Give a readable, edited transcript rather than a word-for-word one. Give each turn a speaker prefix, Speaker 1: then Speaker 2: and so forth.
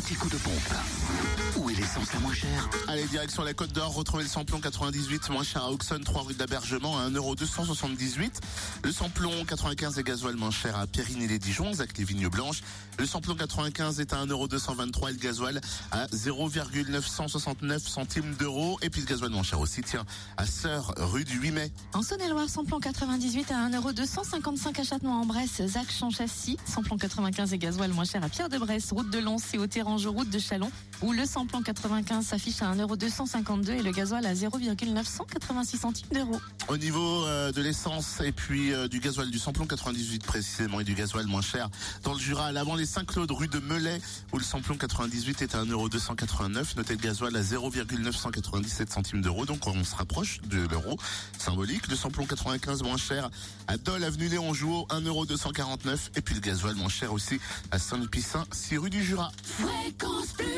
Speaker 1: petit coup de pompe. Où est l'essence la moins chère?
Speaker 2: Allez, direction la Côte d'Or, retrouvez le samplon 98 moins cher à Auxonne, 3 rue d'Abergement à 1,278 €. Le samplon 95 et gasoil moins cher à Périgny-les-Dijon, Zac les Vignes Blanches. Le samplon 95 est à 1,223 € et le gasoil à 0,969 centimes d'euros. Et puis le gasoil moins cher aussi, tiens, à Sœur, rue du 8 mai.
Speaker 3: En Saône-et-Loire, samplon 98 à 1,255 € à Châtenois-en-Bresse, Zac Champchassis. Samplon 95 et gasoil moins cher à Pierre-de-Bresse, route de Lons et au Térange, route de Châlons, où le samplon 95 s'affiche à 1,252 € et le gasoil à 0,986 centimes d'euros.
Speaker 2: Au niveau de l'essence et puis du gasoil, du samplon 98 précisément et du gasoil moins cher dans le Jura, à l'avant les Saint-Claude, rue de Melay, où le samplon 98 est à 1,289 €. Notez le gasoil à 0,997 centimes d'euros, donc on se rapproche de l'euro symbolique. Le samplon 95 moins cher à Dole, avenue Léon Jouot, 1,249 € et puis le gasoil moins cher aussi à Saint-Lupicin, 6 rue du Jura.
Speaker 1: Fréquence Plus.